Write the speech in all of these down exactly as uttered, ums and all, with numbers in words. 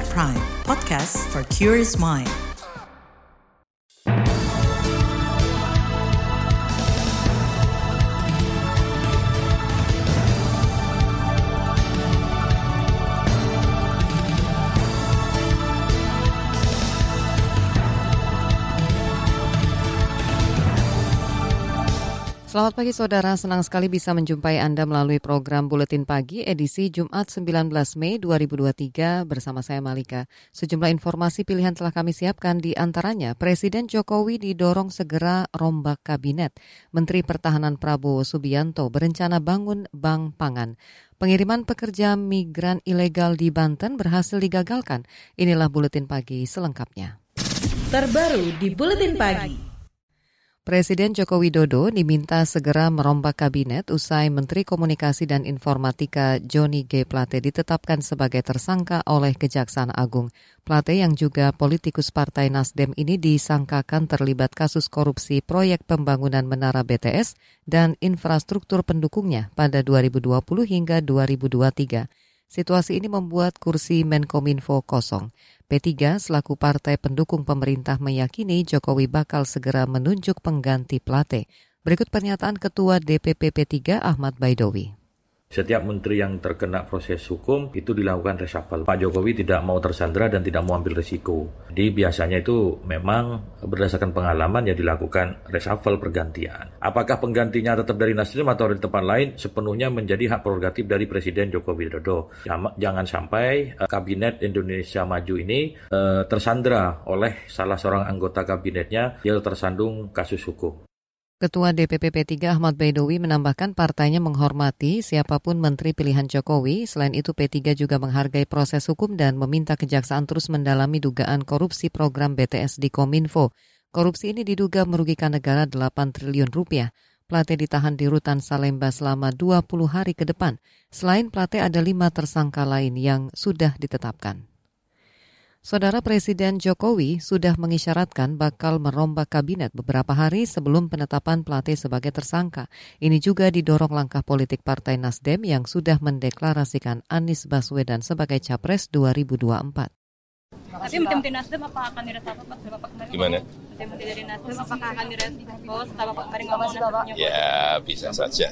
R Prime, podcast for curious mind. Selamat pagi saudara, senang sekali bisa menjumpai Anda melalui program Buletin Pagi edisi Jumat sembilan belas Mei dua ribu dua puluh tiga bersama saya Malika. Sejumlah informasi pilihan telah kami siapkan, di antaranya Presiden Jokowi didorong segera rombak kabinet. Menteri Pertahanan Prabowo Subianto berencana bangun bank pangan. Pengiriman pekerja migran ilegal di Banten berhasil digagalkan. Inilah Buletin Pagi selengkapnya. Terbaru di Buletin Pagi. Presiden Joko Widodo diminta segera merombak kabinet usai Menteri Komunikasi dan Informatika Johnny G. Plate ditetapkan sebagai tersangka oleh Kejaksaan Agung. Plate yang juga politikus Partai Nasdem ini disangkakan terlibat kasus korupsi proyek pembangunan Menara B T S dan infrastruktur pendukungnya pada dua ribu dua puluh hingga dua ribu dua puluh tiga. Situasi ini membuat kursi Menkominfo kosong. P tiga selaku partai pendukung pemerintah meyakini Jokowi bakal segera menunjuk pengganti Plate. Berikut pernyataan Ketua D P P P tiga Ahmad Baidowi. Setiap menteri yang terkena proses hukum itu dilakukan reshuffle. Pak Jokowi tidak mau tersandra dan tidak mau ambil risiko. Jadi biasanya itu memang berdasarkan pengalaman ya dilakukan reshuffle pergantian. Apakah penggantinya tetap dari Nasdem atau dari tempat lain sepenuhnya menjadi hak prerogatif dari Presiden Joko Widodo. Jangan sampai Kabinet Indonesia Maju ini uh, tersandra oleh salah seorang anggota kabinetnya yang tersandung kasus hukum. Ketua D P P P tiga Ahmad Baidowi menambahkan partainya menghormati siapapun menteri pilihan Jokowi. Selain itu P tiga juga menghargai proses hukum dan meminta Kejaksaan terus mendalami dugaan korupsi program B T S di Kominfo. Korupsi ini diduga merugikan negara delapan triliun rupiah. Plate ditahan di rutan Salemba selama dua puluh hari ke depan. Selain Plate ada lima tersangka lain yang sudah ditetapkan. Saudara Presiden Jokowi sudah mengisyaratkan bakal merombak kabinet beberapa hari sebelum penetapan Plate sebagai tersangka. Ini juga didorong langkah politik Partai Nasdem yang sudah mendeklarasikan Anies Baswedan sebagai Capres dua ribu dua puluh empat. Tapi menteri Nasdem apa akan direshuffle Pak? Bapak kemarin Gimana? Menteri dari Nasdem apakah akan direshuffle setelah Bapak kemarin ngomong Nasdemnya? Ya, bisa saja.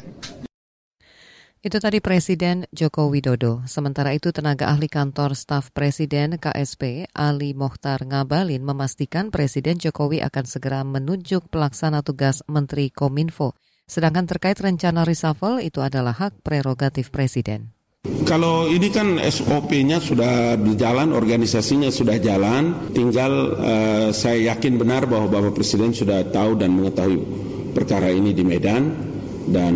Itu tadi Presiden Joko Widodo. Sementara itu tenaga ahli kantor staf Presiden K S P Ali Mokhtar Ngabalin memastikan Presiden Jokowi akan segera menunjuk pelaksana tugas Menteri Kominfo. Sedangkan terkait rencana reshuffle itu adalah hak prerogatif Presiden. Kalau ini kan S O P-nya sudah berjalan, organisasinya sudah jalan, tinggal uh, saya yakin benar bahwa Bapak Presiden sudah tahu dan mengetahui perkara ini di Medan. Dan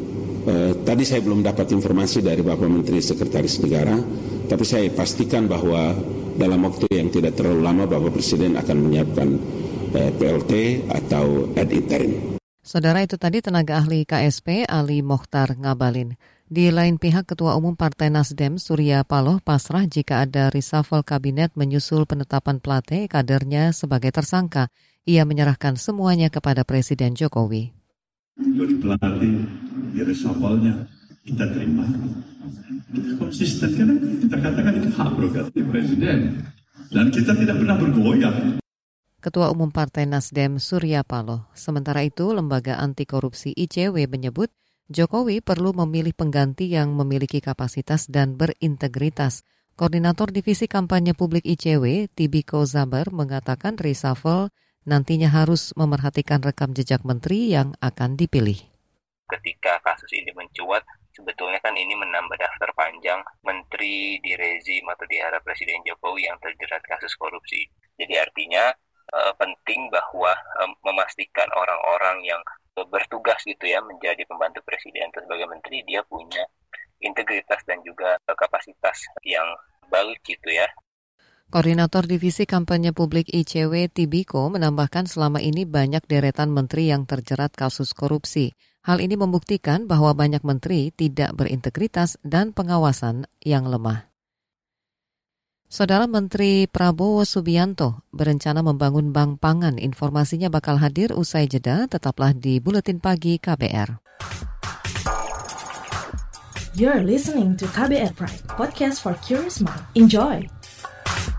Uh, tadi saya belum dapat informasi dari Bapak Menteri Sekretaris Negara, tapi saya pastikan bahwa dalam waktu yang tidak terlalu lama Bapak Presiden akan menyiapkan uh, P L T atau ad interim. Saudara, itu tadi tenaga ahli K S P Ali Mokhtar Ngabalin. Di lain pihak, Ketua Umum Partai Nasdem Surya Paloh pasrah jika ada reshuffle kabinet menyusul penetapan Plate kadernya sebagai tersangka. Ia menyerahkan semuanya kepada Presiden Jokowi. Dari pelatih, ya reshuffle-nya kita terima. Kita konsisten, karena kita katakan itu hak prerogatif Presiden. Dan kita tidak pernah bergoyah. Ketua Umum Partai Nasdem Surya Paloh. Sementara itu, Lembaga Anti Korupsi I C W menyebut Jokowi perlu memilih pengganti yang memiliki kapasitas dan berintegritas. Koordinator Divisi Kampanye Publik I C W, Tibiko Zabar, mengatakan reshuffle nantinya harus memerhatikan rekam jejak menteri yang akan dipilih. Ketika kasus ini mencuat, sebetulnya kan ini menambah daftar panjang menteri di rezim atau di era Presiden Jokowi yang terjerat kasus korupsi. Jadi artinya uh, penting bahwa um, memastikan orang-orang yang bertugas gitu ya menjadi pembantu presiden atau sebagai menteri, dia punya integritas dan juga uh, kapasitas yang baik gitu ya. Koordinator Divisi Kampanye Publik I C W Tibiko menambahkan selama ini banyak deretan menteri yang terjerat kasus korupsi. Hal ini membuktikan bahwa banyak menteri tidak berintegritas dan pengawasan yang lemah. Saudara Menteri Prabowo Subianto berencana membangun bank pangan. Informasinya bakal hadir usai jeda. Tetaplah di Buletin Pagi K B R. You're listening to K B R Prime, podcast for curious mind. Enjoy!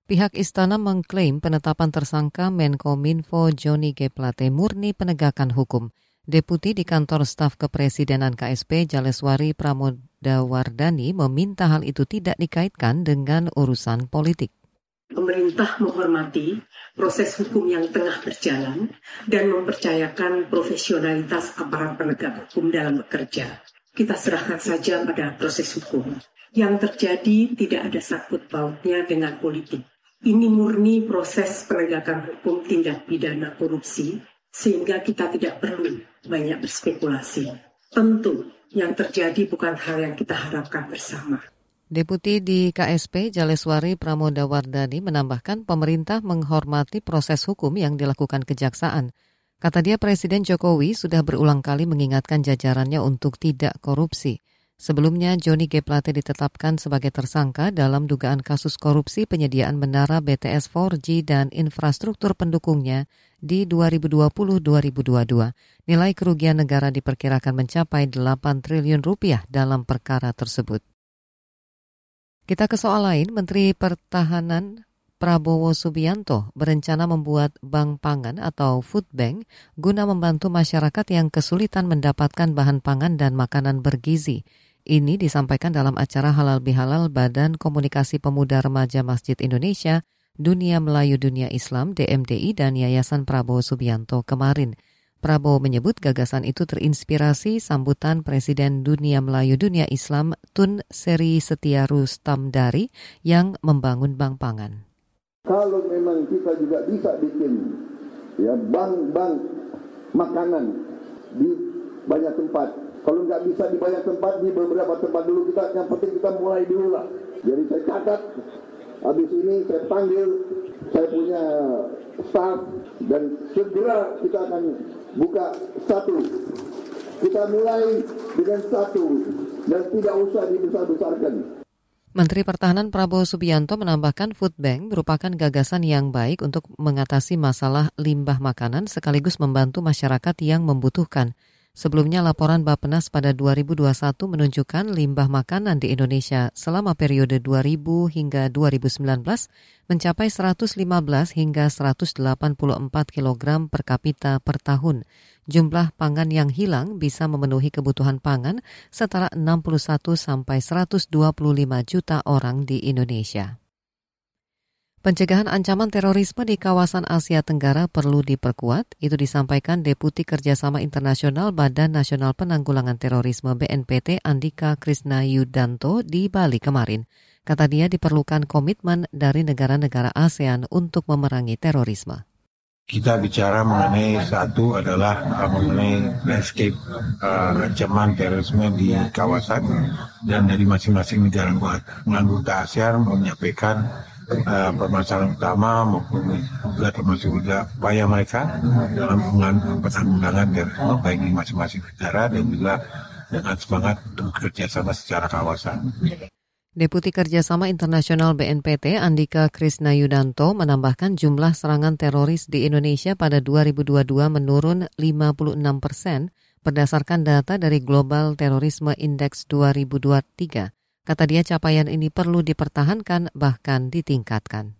Pihak istana mengklaim penetapan tersangka Menkominfo Johnny G. Plate murni penegakan hukum. Deputi di Kantor Staf Kepresidenan K S P Jaleswari Pramodawardhani meminta hal itu tidak dikaitkan dengan urusan politik. Pemerintah menghormati proses hukum yang tengah berjalan dan mempercayakan profesionalitas aparat penegak hukum dalam bekerja. Kita serahkan saja pada proses hukum. Yang terjadi tidak ada sangkut pautnya dengan politik. Ini murni proses penegakan hukum tindak pidana korupsi, sehingga kita tidak perlu banyak berspekulasi. Tentu yang terjadi bukan hal yang kita harapkan bersama. Deputi di K S P Jaleswari Pramodawardhani menambahkan pemerintah menghormati proses hukum yang dilakukan kejaksaan. Kata dia Presiden Jokowi sudah berulang kali mengingatkan jajarannya untuk tidak korupsi. Sebelumnya, Johnny G. Plate ditetapkan sebagai tersangka dalam dugaan kasus korupsi penyediaan menara B T S empat G dan infrastruktur pendukungnya di dua ribu dua puluh sampai dua ribu dua puluh dua. Nilai kerugian negara diperkirakan mencapai delapan triliun rupiah dalam perkara tersebut. Kita ke soal lain, Menteri Pertahanan Prabowo Subianto berencana membuat bank pangan atau food bank guna membantu masyarakat yang kesulitan mendapatkan bahan pangan dan makanan bergizi. Ini disampaikan dalam acara Halal Bihalal Badan Komunikasi Pemuda Remaja Masjid Indonesia, Dunia Melayu Dunia Islam D M D I dan Yayasan Prabowo Subianto kemarin. Prabowo menyebut gagasan itu terinspirasi sambutan Presiden Dunia Melayu Dunia Islam Tun Seri Setia Rustamdari yang membangun bank pangan. Kalau memang kita juga bisa bikin ya bank-bank makanan di banyak tempat. Kalau nggak bisa di banyak tempat, di beberapa tempat dulu kita, yang penting kita mulai dulu lah. Jadi saya catat, habis ini saya panggil, saya punya staff, dan segera kita akan buka satu. Kita mulai dengan satu, dan tidak usah dibesar-besarkan. Menteri Pertahanan Prabowo Subianto menambahkan food bank merupakan gagasan yang baik untuk mengatasi masalah limbah makanan sekaligus membantu masyarakat yang membutuhkan. Sebelumnya laporan Bappenas pada dua ribu dua puluh satu menunjukkan limbah makanan di Indonesia selama periode dua ribu hingga dua ribu sembilan belas mencapai seratus lima belas hingga seratus delapan puluh empat kilogram per kapita per tahun. Jumlah pangan yang hilang bisa memenuhi kebutuhan pangan setara enam puluh satu sampai seratus dua puluh lima juta orang di Indonesia. Pencegahan ancaman terorisme di kawasan Asia Tenggara perlu diperkuat, itu disampaikan Deputi Kerjasama Internasional Badan Nasional Penanggulangan Terorisme B N P T Andika Krisnayudanto di Bali kemarin. Kata dia diperlukan komitmen dari negara-negara ASEAN untuk memerangi terorisme. Kita bicara mengenai satu adalah uh, mengenai landscape uh, ancaman terorisme di kawasan dan dari masing-masing negara anggota ASEAN menyampaikan Uh, permasalahan utama maupun juga termasuk juga upaya mereka dalam penanggulangan terorisme baik di masing-masing negara dan juga dengan semangat untuk kerjasama secara kawasan. Deputi Kerjasama Internasional B N P T Andika Krisnayudanto menambahkan jumlah serangan teroris di Indonesia pada dua ribu dua puluh dua menurun lima puluh enam persen berdasarkan data dari Global Terrorisme Index dua ribu dua puluh tiga. Kata dia capaian ini perlu dipertahankan bahkan ditingkatkan.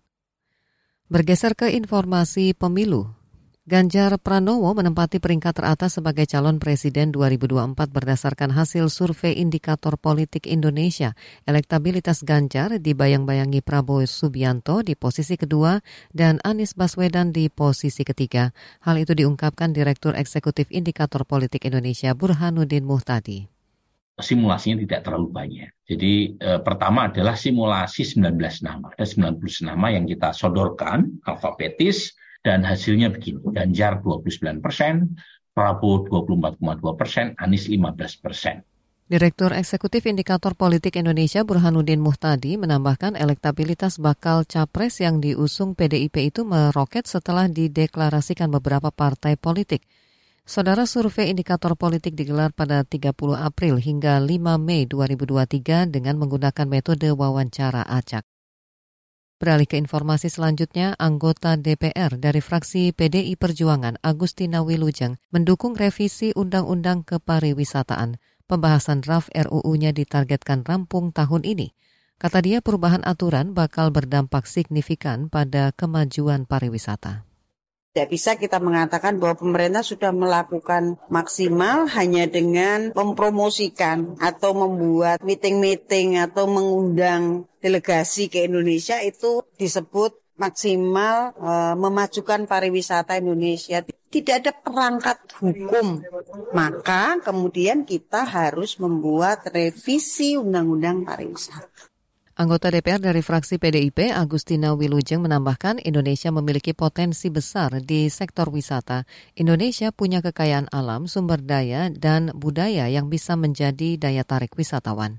Bergeser ke informasi pemilu. Ganjar Pranowo menempati peringkat teratas sebagai calon presiden dua ribu dua puluh empat berdasarkan hasil survei Indikator Politik Indonesia. Elektabilitas Ganjar dibayang-bayangi Prabowo Subianto di posisi kedua dan Anies Baswedan di posisi ketiga. Hal itu diungkapkan Direktur Eksekutif Indikator Politik Indonesia Burhanuddin Muhtadi. Simulasinya tidak terlalu banyak. Jadi eh, pertama adalah simulasi sembilan belas nama. Ada sembilan puluh nama yang kita sodorkan alfabetis dan hasilnya begini. Ganjar dua puluh sembilan persen, Prabowo dua puluh empat koma dua persen, Anies lima belas persen. Direktur Eksekutif Indikator Politik Indonesia Burhanuddin Muhtadi menambahkan elektabilitas bakal capres yang diusung P D I P itu meroket setelah dideklarasikan beberapa partai politik. Saudara, survei Indikator Politik digelar pada tiga puluh April hingga lima Mei dua ribu dua puluh tiga dengan menggunakan metode wawancara acak. Beralih ke informasi selanjutnya, anggota D P R dari fraksi P D I Perjuangan Agustina Wilujeng mendukung revisi Undang-Undang Kepariwisataan. Pembahasan draft R U U-nya ditargetkan rampung tahun ini. Kata dia, perubahan aturan bakal berdampak signifikan pada kemajuan pariwisata. Tidak bisa kita mengatakan bahwa pemerintah sudah melakukan maksimal hanya dengan mempromosikan atau membuat meeting-meeting atau mengundang delegasi ke Indonesia itu disebut maksimal e, memajukan pariwisata Indonesia. Tidak ada perangkat hukum. Maka kemudian kita harus membuat revisi undang-undang pariwisata. Anggota D P R dari fraksi P D I P, Agustina Wilujeng, menambahkan Indonesia memiliki potensi besar di sektor wisata. Indonesia punya kekayaan alam, sumber daya, dan budaya yang bisa menjadi daya tarik wisatawan.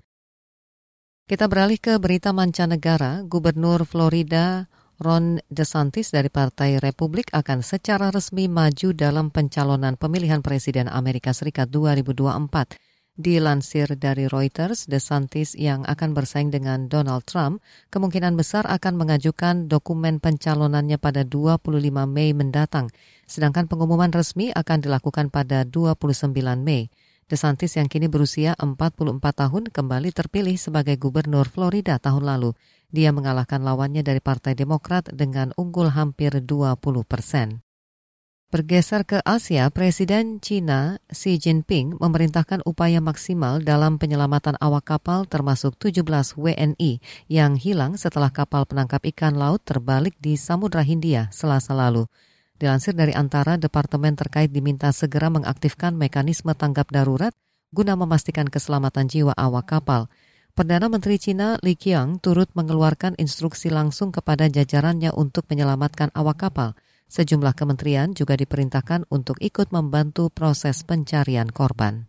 Kita beralih ke berita mancanegara. Gubernur Florida Ron DeSantis dari Partai Republik akan secara resmi maju dalam pencalonan pemilihan Presiden Amerika Serikat dua ribu dua puluh empat. Dilansir dari Reuters, DeSantis yang akan bersaing dengan Donald Trump kemungkinan besar akan mengajukan dokumen pencalonannya pada dua puluh lima Mei mendatang, sedangkan pengumuman resmi akan dilakukan pada dua puluh sembilan Mei. DeSantis yang kini berusia empat puluh empat tahun kembali terpilih sebagai gubernur Florida tahun lalu. Dia mengalahkan lawannya dari Partai Demokrat dengan unggul hampir dua puluh persen. Bergeser ke Asia, Presiden China Xi Jinping memerintahkan upaya maksimal dalam penyelamatan awak kapal termasuk tujuh belas W N I yang hilang setelah kapal penangkap ikan laut terbalik di Samudra Hindia Selasa lalu. Dilansir dari Antara, departemen terkait diminta segera mengaktifkan mekanisme tanggap darurat guna memastikan keselamatan jiwa awak kapal. Perdana Menteri China Li Qiang turut mengeluarkan instruksi langsung kepada jajarannya untuk menyelamatkan awak kapal. Sejumlah kementerian juga diperintahkan untuk ikut membantu proses pencarian korban.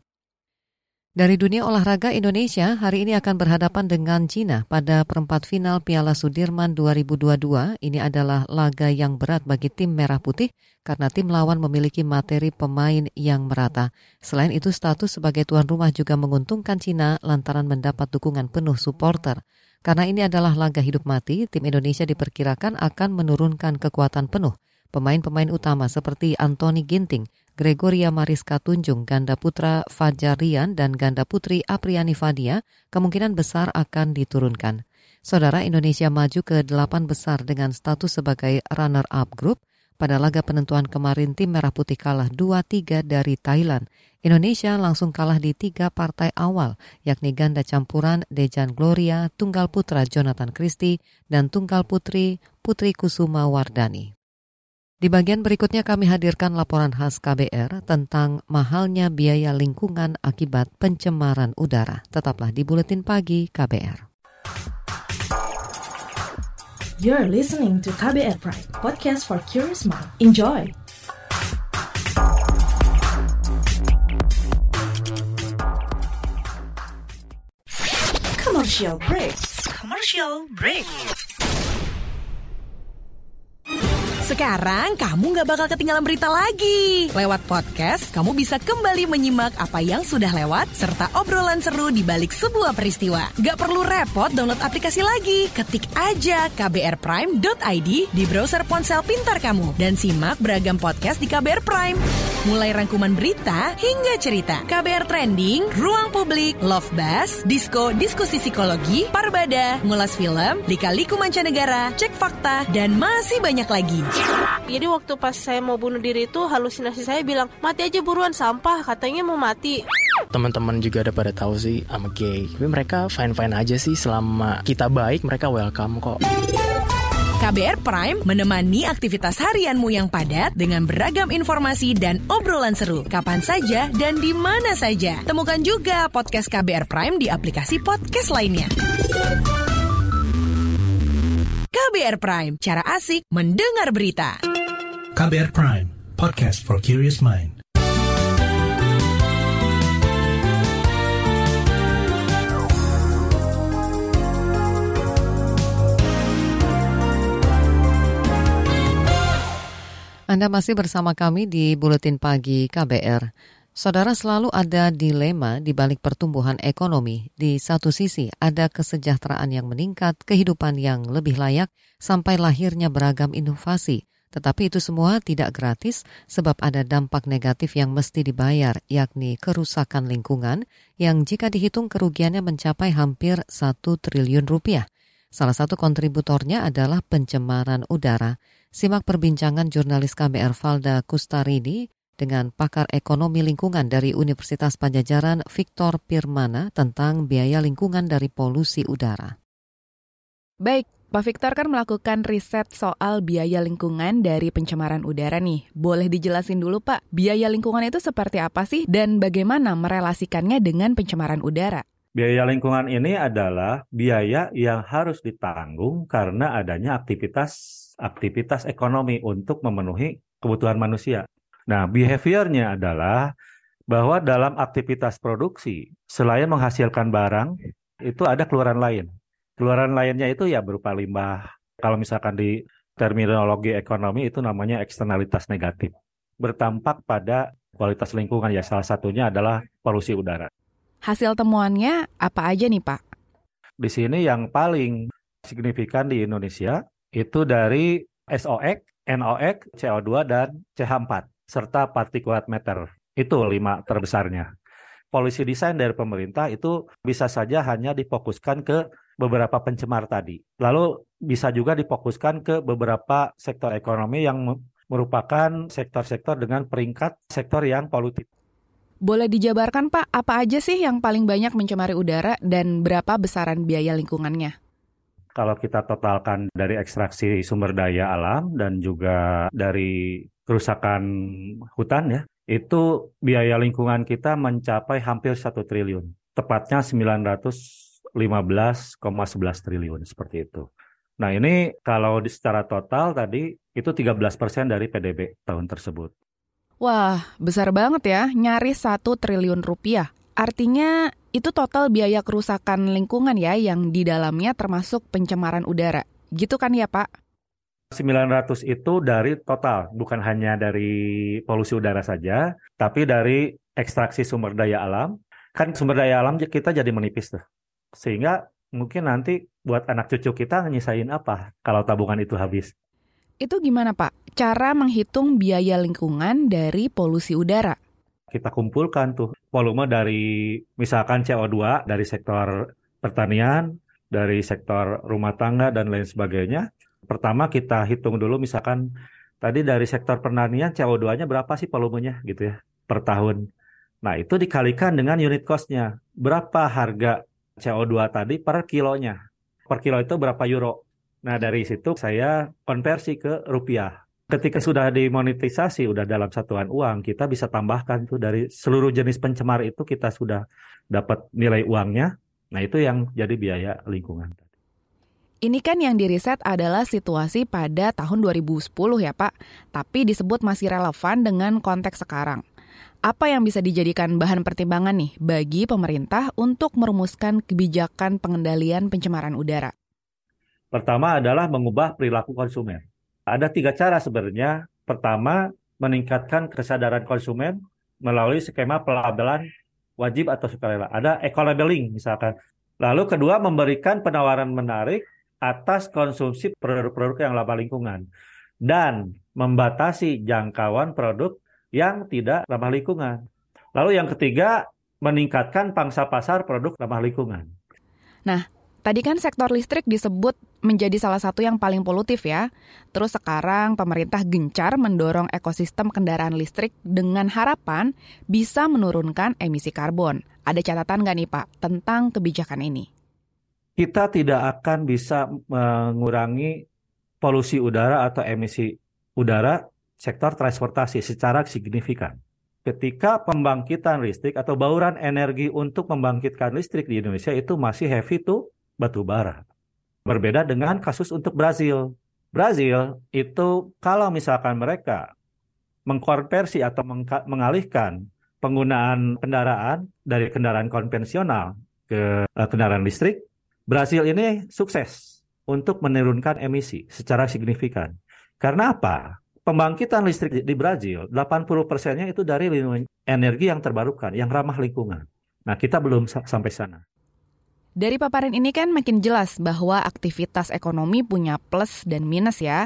Dari dunia olahraga, Indonesia hari ini akan berhadapan dengan China pada perempat final Piala Sudirman dua ribu dua puluh dua. Ini adalah laga yang berat bagi tim Merah Putih karena tim lawan memiliki materi pemain yang merata. Selain itu, status sebagai tuan rumah juga menguntungkan China lantaran mendapat dukungan penuh supporter. Karena ini adalah laga hidup mati, tim Indonesia diperkirakan akan menurunkan kekuatan penuh. Pemain-pemain utama seperti Anthony Ginting, Gregoria Mariska Tunjung, ganda putra Fajar Rian, dan ganda putri Apriani Fadia kemungkinan besar akan diturunkan. Saudara, Indonesia maju ke delapan besar dengan status sebagai runner-up group. Pada laga penentuan kemarin, tim Merah Putih kalah dua tiga dari Thailand. Indonesia langsung kalah di tiga partai awal, yakni ganda campuran Dejan Gloria, tunggal putra Jonathan Christie, dan tunggal putri Putri Kusuma Wardani. Di bagian berikutnya kami hadirkan laporan khas K B R tentang mahalnya biaya lingkungan akibat pencemaran udara. Tetaplah di Buletin Pagi K B R. You're listening to K B R Prime, podcast for curious mind. Enjoy! Commercial break. Commercial break. Sekarang kamu gak bakal ketinggalan berita lagi. Lewat podcast, kamu bisa kembali menyimak apa yang sudah lewat serta obrolan seru di balik sebuah peristiwa. Gak perlu repot download aplikasi lagi. Ketik aja k b r prime dot i d di browser ponsel pintar kamu dan simak beragam podcast di K B R Prime. Mulai rangkuman berita hingga cerita, K B R Trending, Ruang Publik, Love Buzz, Disko, Diskusi Psikologi, Parbada, Ngulas Film, Lika-Liku Mancanegara, Cek Fakta, dan masih banyak lagi. Jadi waktu pas saya mau bunuh diri itu halusinasi saya bilang mati aja buruan, sampah katanya mau mati. Teman-teman juga ada pada tahu sih I'm gay, tapi mereka fine-fine aja sih, selama kita baik mereka welcome kok. K B R Prime menemani aktivitas harianmu yang padat dengan beragam informasi dan obrolan seru kapan saja dan di mana saja. Temukan juga podcast K B R Prime di aplikasi podcast lainnya. K B R Prime, cara asik mendengar berita. K B R Prime, podcast for curious mind. Anda masih bersama kami di Buletin Pagi K B R. Saudara, selalu ada dilema di balik pertumbuhan ekonomi. Di satu sisi, ada kesejahteraan yang meningkat, kehidupan yang lebih layak, sampai lahirnya beragam inovasi. Tetapi itu semua tidak gratis sebab ada dampak negatif yang mesti dibayar, yakni kerusakan lingkungan yang jika dihitung kerugiannya mencapai hampir satu triliun rupiah. Salah satu kontributornya adalah pencemaran udara. Simak perbincangan jurnalis K B R Valda Kustarini dengan pakar ekonomi lingkungan dari Universitas Padjadjaran Victor Pirmana tentang biaya lingkungan dari polusi udara. Baik, Pak Victor kan melakukan riset soal biaya lingkungan dari pencemaran udara nih. Boleh dijelasin dulu Pak, biaya lingkungan itu seperti apa sih dan bagaimana merelasikannya dengan pencemaran udara? Biaya lingkungan ini adalah biaya yang harus ditanggung karena adanya aktivitas aktivitas ekonomi untuk memenuhi kebutuhan manusia. Nah, behaviornya adalah bahwa dalam aktivitas produksi, selain menghasilkan barang, itu ada keluaran lain. Keluaran lainnya itu ya berupa limbah. Kalau misalkan di terminologi ekonomi itu namanya eksternalitas negatif. Bertampak pada kualitas lingkungan, ya salah satunya adalah polusi udara. Hasil temuannya apa aja nih Pak? Di sini yang paling signifikan di Indonesia itu dari S O X, N O X, C O dua, dan C H empat. Serta partikulat matter. Itu lima terbesarnya. Polisi desain dari pemerintah itu bisa saja hanya difokuskan ke beberapa pencemar tadi. Lalu bisa juga difokuskan ke beberapa sektor ekonomi yang merupakan sektor-sektor dengan peringkat sektor yang polutif. Boleh dijabarkan Pak, apa aja sih yang paling banyak mencemari udara dan berapa besaran biaya lingkungannya? Kalau kita totalkan dari ekstraksi sumber daya alam dan juga dari kerusakan hutan ya, itu biaya lingkungan kita mencapai hampir satu triliun. Tepatnya sembilan ratus lima belas koma sebelas triliun, seperti itu. Nah ini kalau di secara total tadi, itu tiga belas persen dari P D B tahun tersebut. Wah, besar banget ya, nyaris satu triliun rupiah. Artinya itu total biaya kerusakan lingkungan ya, yang di dalamnya termasuk pencemaran udara. Gitu kan ya Pak? sembilan ratus itu dari total, bukan hanya dari polusi udara saja, tapi dari ekstraksi sumber daya alam. Kan sumber daya alam kita jadi menipis tuh. Sehingga mungkin nanti buat anak cucu kita nyisain apa kalau tabungan itu habis. Itu gimana Pak? Cara menghitung biaya lingkungan dari polusi udara? Kita kumpulkan tuh volume dari misalkan C O dua dari sektor pertanian, dari sektor rumah tangga dan lain sebagainya. Pertama kita hitung dulu misalkan tadi dari sektor pertanian C O dua-nya berapa sih volumenya gitu ya per tahun. Nah itu dikalikan dengan unit cost-nya. Berapa harga C O dua tadi per kilonya. Per kilo itu berapa euro. Nah dari situ saya konversi ke rupiah. Ketika sudah dimonetisasi, udah dalam satuan uang, kita bisa tambahkan tuh dari seluruh jenis pencemar itu kita sudah dapat nilai uangnya. Nah itu yang jadi biaya lingkungan. Ini kan yang diriset adalah situasi pada tahun dua ribu sepuluh ya Pak, tapi disebut masih relevan dengan konteks sekarang. Apa yang bisa dijadikan bahan pertimbangan nih bagi pemerintah untuk merumuskan kebijakan pengendalian pencemaran udara? Pertama adalah mengubah perilaku konsumen. Ada tiga cara sebenarnya. Pertama, meningkatkan kesadaran konsumen melalui skema pelabelan wajib atau sukarela. Ada eco-labeling misalkan. Lalu kedua, memberikan penawaran menarik atas konsumsi produk-produk yang ramah lingkungan. Dan membatasi jangkauan produk yang tidak ramah lingkungan. Lalu yang ketiga, meningkatkan pangsa pasar produk ramah lingkungan. Nah, tadi kan sektor listrik disebut menjadi salah satu yang paling polutif ya. Terus sekarang pemerintah gencar mendorong ekosistem kendaraan listrik dengan harapan bisa menurunkan emisi karbon. Ada catatan nggak nih Pak tentang kebijakan ini? Kita tidak akan bisa mengurangi polusi udara atau emisi udara sektor transportasi secara signifikan. Ketika pembangkitan listrik atau bauran energi untuk membangkitkan listrik di Indonesia itu masih heavy to batu bara. Berbeda dengan kasus untuk Brazil. Brazil itu kalau misalkan mereka mengkonversi atau meng- mengalihkan penggunaan kendaraan dari kendaraan konvensional ke uh, kendaraan listrik, Brazil ini sukses untuk menurunkan emisi secara signifikan. Karena apa? Pembangkitan listrik di Brazil, delapan puluh persennya itu dari energi yang terbarukan, yang ramah lingkungan. Nah, kita belum sampai sana. Dari paparan ini kan makin jelas bahwa aktivitas ekonomi punya plus dan minus ya.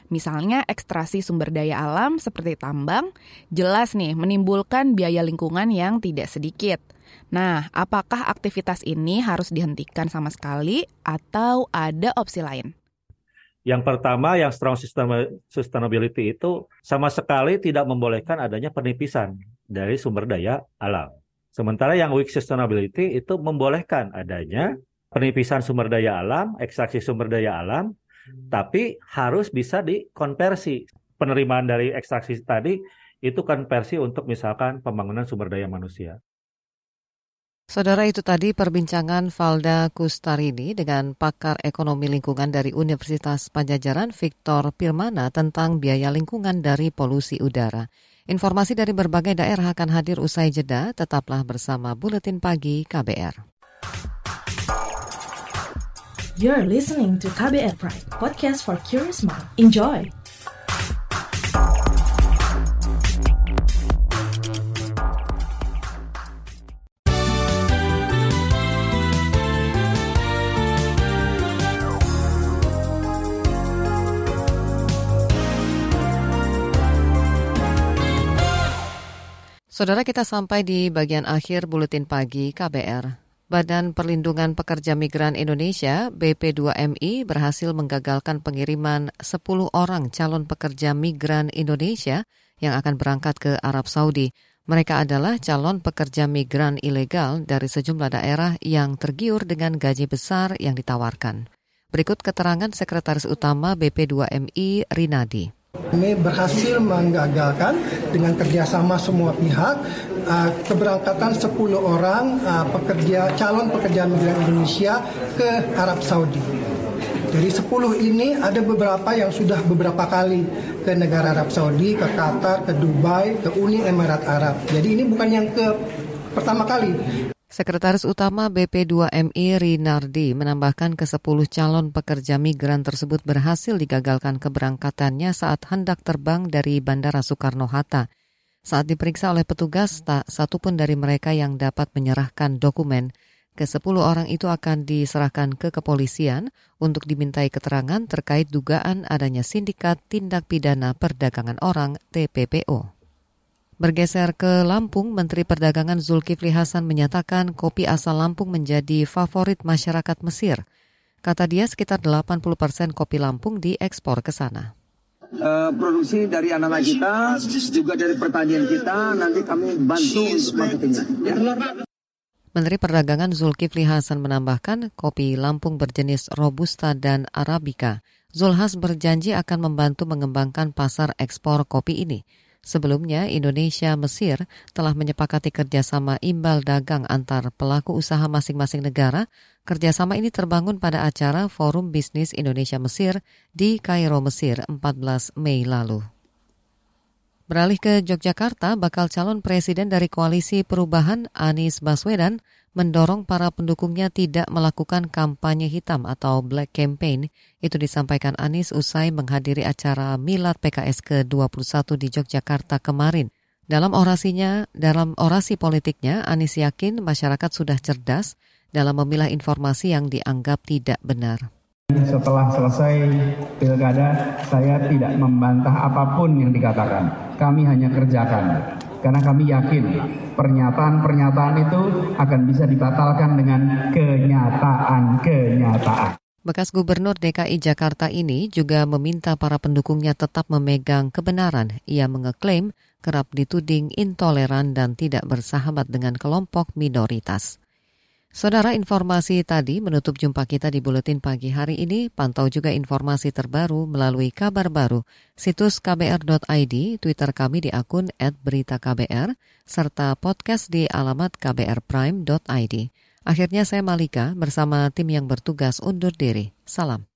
Misalnya ekstraksi sumber daya alam seperti tambang, jelas nih menimbulkan biaya lingkungan yang tidak sedikit. Nah, apakah aktivitas ini harus dihentikan sama sekali atau ada opsi lain? Yang pertama, yang strong sustainability itu sama sekali tidak membolehkan adanya penipisan dari sumber daya alam. Sementara yang weak sustainability itu membolehkan adanya penipisan sumber daya alam, ekstraksi sumber daya alam, tapi harus bisa dikonversi. Penerimaan dari ekstraksi tadi itu konversi untuk misalkan pembangunan sumber daya manusia. Saudara, itu tadi perbincangan Valda Kustarini dengan pakar ekonomi lingkungan dari Universitas Padjadjaran Victor Pirmana tentang biaya lingkungan dari polusi udara. Informasi dari berbagai daerah akan hadir usai jeda. Tetaplah bersama Buletin Pagi K B R. You're listening to K B R Prime, podcast for curious mind. Enjoy! Saudara, kita sampai di bagian akhir Buletin Pagi K B R. Badan Perlindungan Pekerja Migran Indonesia B P dua M I berhasil menggagalkan pengiriman sepuluh orang calon pekerja migran Indonesia yang akan berangkat ke Arab Saudi. Mereka adalah calon pekerja migran ilegal dari sejumlah daerah yang tergiur dengan gaji besar yang ditawarkan. Berikut keterangan Sekretaris Utama B P dua M I Rinadi. Kami berhasil menggagalkan dengan kerjasama semua pihak uh, keberangkatan sepuluh orang uh, pekerja calon pekerja migran Indonesia ke Arab Saudi. Dari sepuluh ini ada beberapa yang sudah beberapa kali ke negara Arab Saudi, ke Qatar, ke Dubai, ke Uni Emirat Arab. Jadi ini bukan yang ke pertama kali. Sekretaris Utama B P dua M I Rinardi menambahkan ke sepuluh calon pekerja migran tersebut berhasil digagalkan keberangkatannya saat hendak terbang dari Bandara Soekarno-Hatta. Saat diperiksa oleh petugas, tak satu pun dari mereka yang dapat menyerahkan dokumen. Ke sepuluh orang itu akan diserahkan ke kepolisian untuk dimintai keterangan terkait dugaan adanya sindikat tindak pidana perdagangan orang T P P O. Bergeser ke Lampung, Menteri Perdagangan Zulkifli Hasan menyatakan kopi asal Lampung menjadi favorit masyarakat Mesir. Kata dia, sekitar delapan puluh persen kopi Lampung diekspor ke sana. Uh, produksi dari anak-anak kita, juga dari pertanian kita, nanti kami bantu marketingnya. Ya. Menteri Perdagangan Zulkifli Hasan menambahkan kopi Lampung berjenis Robusta dan Arabica. Zulhas berjanji akan membantu mengembangkan pasar ekspor kopi ini. Sebelumnya, Indonesia-Mesir telah menyepakati kerjasama imbal dagang antar pelaku usaha masing-masing negara. Kerjasama ini terbangun pada acara Forum Bisnis Indonesia-Mesir di Kairo, Mesir, empat belas Mei lalu. Beralih ke Yogyakarta, bakal calon presiden dari Koalisi Perubahan Anies Baswedan mendorong para pendukungnya tidak melakukan kampanye hitam atau black campaign. Itu disampaikan Anies usai menghadiri acara Milad P K S ke dua puluh satu di Yogyakarta kemarin. Dalam orasinya, dalam orasi politiknya, Anies yakin masyarakat sudah cerdas dalam memilah informasi yang dianggap tidak benar. Setelah selesai pilkada, saya tidak membantah apapun yang dikatakan. Kami hanya kerjakan. Karena kami yakin pernyataan-pernyataan itu akan bisa dibatalkan dengan kenyataan-kenyataan. Bekas Gubernur D K I Jakarta ini juga meminta para pendukungnya tetap memegang kebenaran. Ia mengeklaim kerap dituding intoleran dan tidak bersahabat dengan kelompok minoritas. Saudara, informasi tadi menutup jumpa kita di Buletin Pagi hari ini. Pantau juga informasi terbaru melalui kabar baru, situs k b r dot i d, Twitter kami di akun et berita k b r, serta podcast di alamat k b r prime dot i d. Akhirnya saya Malika bersama tim yang bertugas undur diri. Salam.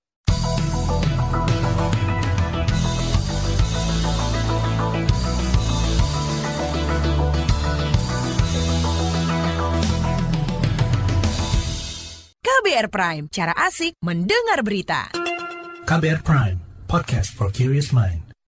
K B R Prime, cara asik mendengar berita. K B R Prime, podcast for curious mind.